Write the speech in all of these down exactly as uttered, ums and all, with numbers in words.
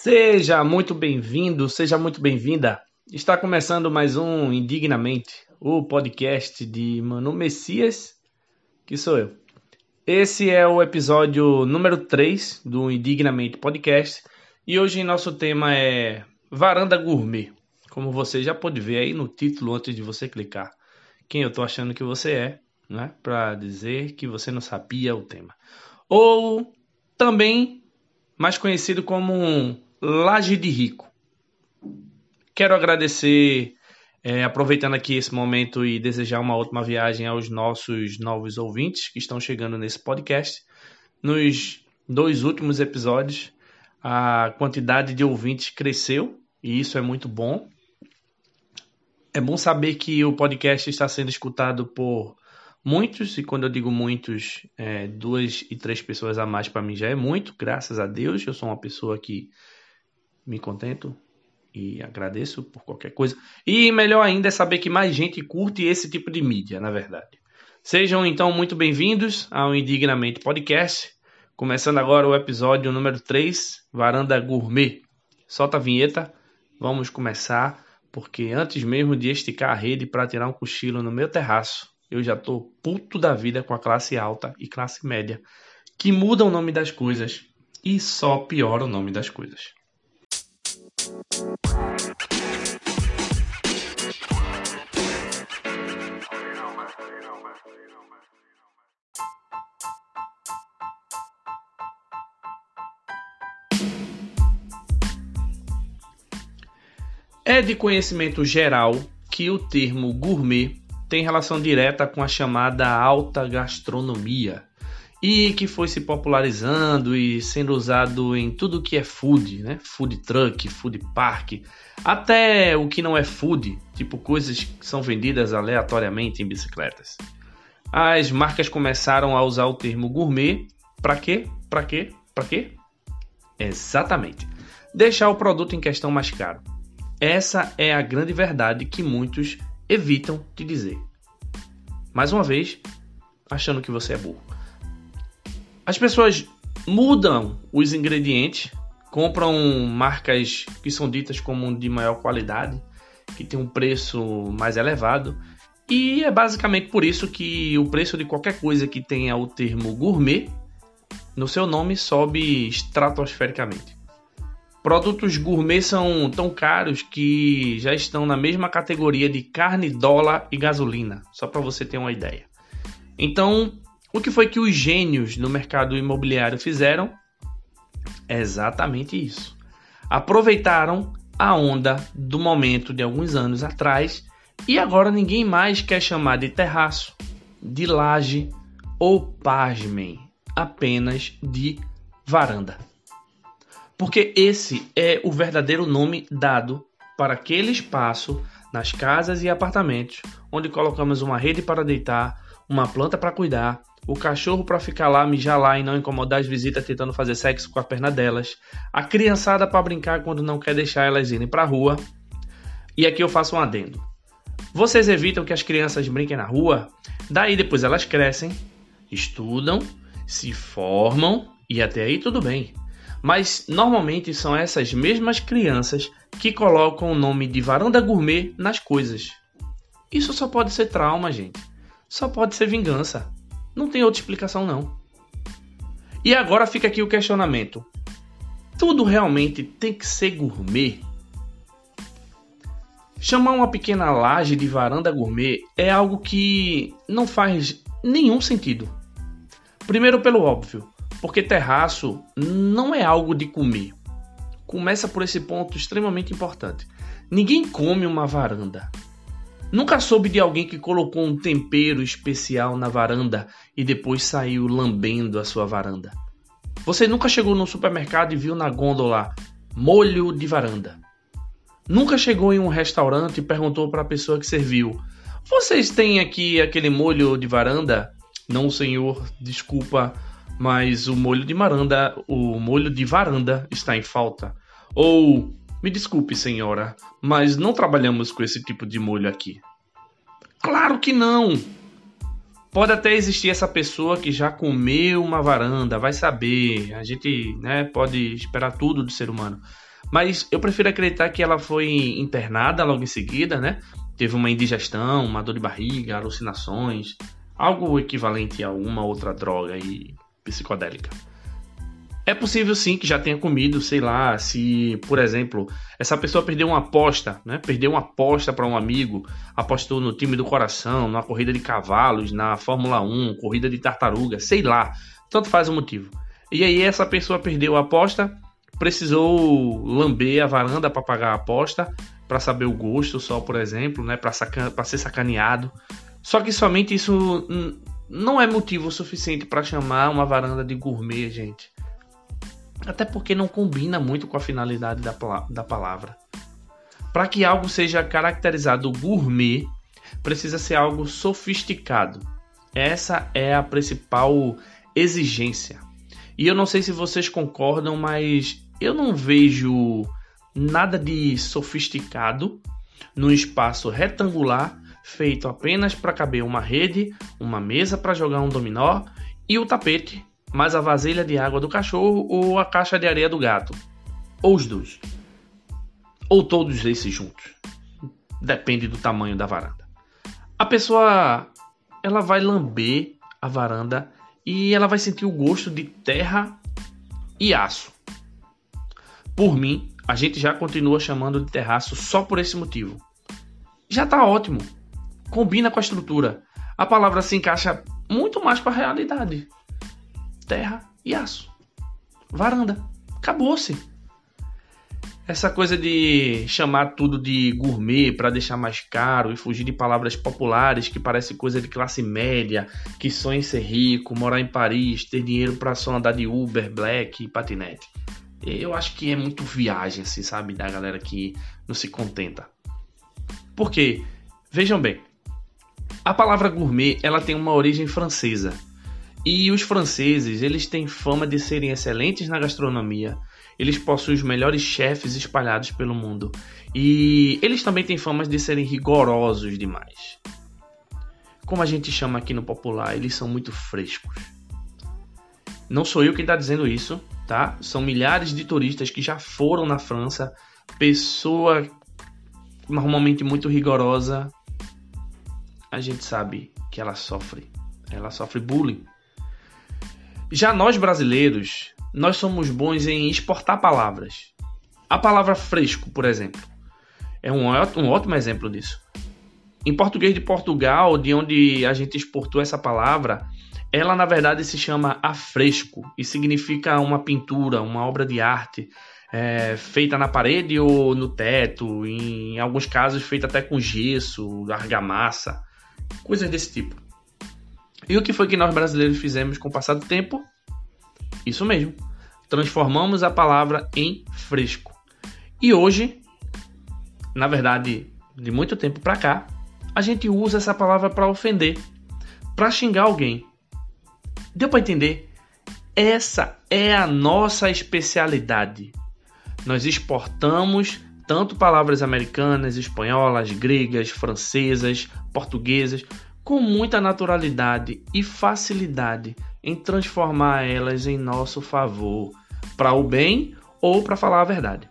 Seja muito bem-vindo, seja muito bem-vinda. Está começando mais um Indignamente, o podcast de Manu Messias, que sou eu. Esse é o episódio número três do Indignamente Podcast e hoje nosso tema é Varanda Gourmet. Como você já pode ver aí no título antes de você clicar, quem eu tô achando que você é, né? Para dizer que você não sabia o tema. Ou também mais conhecido como um Laje de Rico. Quero agradecer, é, aproveitando aqui esse momento e desejar uma ótima viagem aos nossos novos ouvintes que estão chegando nesse podcast. Nos dois últimos episódios, a quantidade de ouvintes cresceu e isso é muito bom. É bom saber que o podcast está sendo escutado por muitos, e quando eu digo muitos, é, duas e três pessoas a mais para mim já é muito, graças a Deus. Eu sou uma pessoa que me contento e agradeço por qualquer coisa. E melhor ainda é saber que mais gente curte esse tipo de mídia, na verdade. Sejam então muito bem-vindos ao Indignamente Podcast. Começando agora o episódio número três, Varanda Gourmet. Solta a vinheta, vamos começar, porque antes mesmo de esticar a rede para tirar um cochilo no meu terraço, eu já tô puto da vida com a classe alta e classe média, que mudam o nome das coisas e só piora o nome das coisas. É de conhecimento geral que o termo gourmet tem relação direta com a chamada alta gastronomia e que foi se popularizando e sendo usado em tudo que é food, né? Food truck, food park, até o que não é food, tipo coisas que são vendidas aleatoriamente em bicicletas. As marcas começaram a usar o termo gourmet para quê? Para quê? Para quê? Exatamente, deixar o produto em questão mais caro. Essa é a grande verdade que muitos evitam de dizer. Mais uma vez, achando que você é burro. As pessoas mudam os ingredientes, compram marcas que são ditas como de maior qualidade, que tem um preço mais elevado, e é basicamente por isso que o preço de qualquer coisa que tenha o termo gourmet no seu nome sobe estratosfericamente. Produtos gourmet são tão caros que já estão na mesma categoria de carne, dólar e gasolina, só para você ter uma ideia. Então, o que foi que os gênios no mercado imobiliário fizeram? É exatamente isso. Aproveitaram a onda do momento de alguns anos atrás e agora ninguém mais quer chamar de terraço, de laje ou, pasmem, apenas de varanda. Porque esse é o verdadeiro nome dado para aquele espaço nas casas e apartamentos onde colocamos uma rede para deitar, uma planta para cuidar, o cachorro para ficar lá, mijar lá e não incomodar as visitas tentando fazer sexo com a perna delas, a criançada para brincar quando não quer deixar elas irem para a rua. E aqui eu faço um adendo. Vocês evitam que as crianças brinquem na rua, daí depois elas crescem, estudam, se formam e até aí tudo bem. Mas normalmente são essas mesmas crianças que colocam o nome de varanda gourmet nas coisas. Isso só pode ser trauma, gente. Só pode ser vingança. Não tem outra explicação, não. E agora fica aqui o questionamento. Tudo realmente tem que ser gourmet? Chamar uma pequena laje de varanda gourmet é algo que não faz nenhum sentido. Primeiro pelo óbvio. Porque terraço não é algo de comer. Começa por esse ponto extremamente importante. Ninguém come uma varanda. Nunca soube de alguém que colocou um tempero especial na varanda e depois saiu lambendo a sua varanda. Você nunca chegou no supermercado e viu na gôndola molho de varanda. Nunca chegou em um restaurante e perguntou para a pessoa que serviu: vocês têm aqui aquele molho de varanda? Não, senhor, desculpa, mas o molho de varanda, o molho de varanda está em falta. Ou, me desculpe, senhora, mas não trabalhamos com esse tipo de molho aqui. Claro que não! Pode até existir essa pessoa que já comeu uma varanda, vai saber. A gente, né, pode esperar tudo do ser humano. Mas eu prefiro acreditar que ela foi internada logo em seguida, né? Teve uma indigestão, uma dor de barriga, alucinações, algo equivalente a uma outra droga aí psicodélica. É possível sim que já tenha comido, sei lá, se, por exemplo, essa pessoa perdeu uma aposta, né? Perdeu uma aposta para um amigo, apostou no time do coração, numa corrida de cavalos, na Fórmula um, corrida de tartaruga, sei lá, tanto faz o motivo. E aí essa pessoa perdeu a aposta, precisou lamber a varanda para pagar a aposta, para saber o gosto só, por exemplo, né? Para saca... para ser sacaneado. Só que somente isso n- não é motivo suficiente para chamar uma varanda de gourmet, gente. Até porque não combina muito com a finalidade da, da palavra. Para que algo seja caracterizado gourmet, precisa ser algo sofisticado. Essa é a principal exigência. E eu não sei se vocês concordam, mas eu não vejo nada de sofisticado num espaço retangular feito apenas para caber uma rede, uma mesa para jogar um dominó e o tapete, mais a vasilha de água do cachorro ou a caixa de areia do gato. Ou os dois. Ou todos esses juntos. Depende do tamanho da varanda. A pessoa, ela vai lamber a varanda e ela vai sentir o gosto de terra e aço. Por mim, a gente já continua chamando de terraço só por esse motivo. Já tá ótimo. Combina com a estrutura. A palavra se encaixa muito mais com a realidade. Terra e aço. Varanda. Acabou-se. Essa coisa de chamar tudo de gourmet para deixar mais caro e fugir de palavras populares que parece coisa de classe média, que sonha em ser rico, morar em Paris, ter dinheiro para só andar de Uber, Black e patinete. Eu acho que é muito viagem, assim, sabe? Da galera que não se contenta. Por quê? Vejam bem. A palavra gourmet, ela tem uma origem francesa. E os franceses, eles têm fama de serem excelentes na gastronomia. Eles possuem os melhores chefes espalhados pelo mundo. E eles também têm fama de serem rigorosos demais. Como a gente chama aqui no popular, eles são muito frescos. Não sou eu quem está dizendo isso, tá? São milhares de turistas que já foram na França. Pessoa normalmente muito rigorosa, a gente sabe que ela sofre. Ela sofre bullying. Já nós brasileiros, nós somos bons em exportar palavras. A palavra fresco, por exemplo, é um ótimo, um ótimo exemplo disso. Em português de Portugal, de onde a gente exportou essa palavra, ela na verdade se chama afresco e significa uma pintura, uma obra de arte é, feita na parede ou no teto, em alguns casos feita até com gesso, argamassa, coisas desse tipo. E o que foi que nós brasileiros fizemos com o passar do tempo? Isso mesmo. Transformamos a palavra em fresco. E hoje, na verdade, de muito tempo pra cá, a gente usa essa palavra para ofender, para xingar alguém. Deu para entender? Essa é a nossa especialidade. Nós exportamos tanto palavras americanas, espanholas, gregas, francesas, portuguesas, com muita naturalidade e facilidade em transformar elas em nosso favor, para o bem ou para falar a verdade.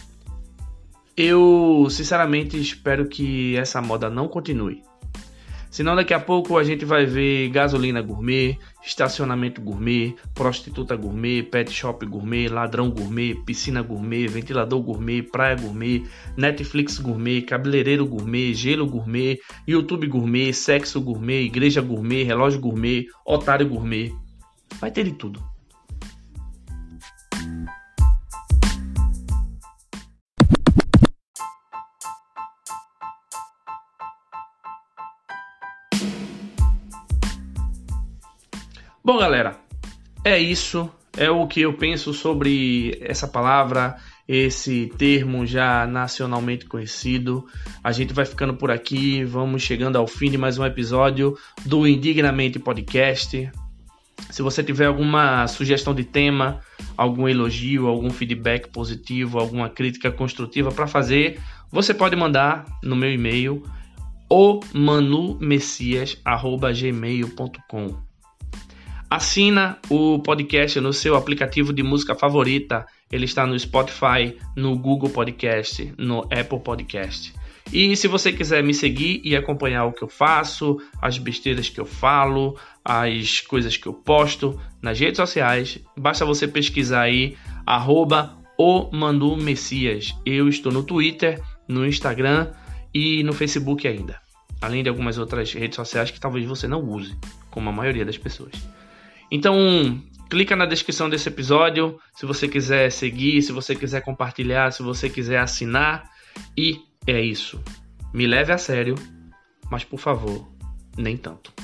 Eu, sinceramente, espero que essa moda não continue. Senão daqui a pouco a gente vai ver gasolina gourmet, estacionamento gourmet, prostituta gourmet, pet shop gourmet, ladrão gourmet, piscina gourmet, ventilador gourmet, praia gourmet, Netflix gourmet, cabeleireiro gourmet, gelo gourmet, YouTube gourmet, sexo gourmet, igreja gourmet, relógio gourmet, otário gourmet. Vai ter de tudo. Bom, galera, é isso. É o que eu penso sobre essa palavra, esse termo já nacionalmente conhecido. A gente vai ficando por aqui, vamos chegando ao fim de mais um episódio do Indignamente Podcast. Se você tiver alguma sugestão de tema, algum elogio, algum feedback positivo, alguma crítica construtiva para fazer, você pode mandar no meu e-mail o manumessias arroba gmail ponto com. Assina o podcast no seu aplicativo de música favorita. Ele está no Spotify, no Google Podcast, no Apple Podcast. E se você quiser me seguir e acompanhar o que eu faço, as besteiras que eu falo, as coisas que eu posto nas redes sociais, basta você pesquisar aí, arroba o Manu Messias. Eu estou no Twitter, no Instagram e no Facebook ainda. Além de algumas outras redes sociais que talvez você não use, como a maioria das pessoas. Então, clica na descrição desse episódio, se você quiser seguir, se você quiser compartilhar, se você quiser assinar. E é isso. Me leve a sério, mas por favor, nem tanto.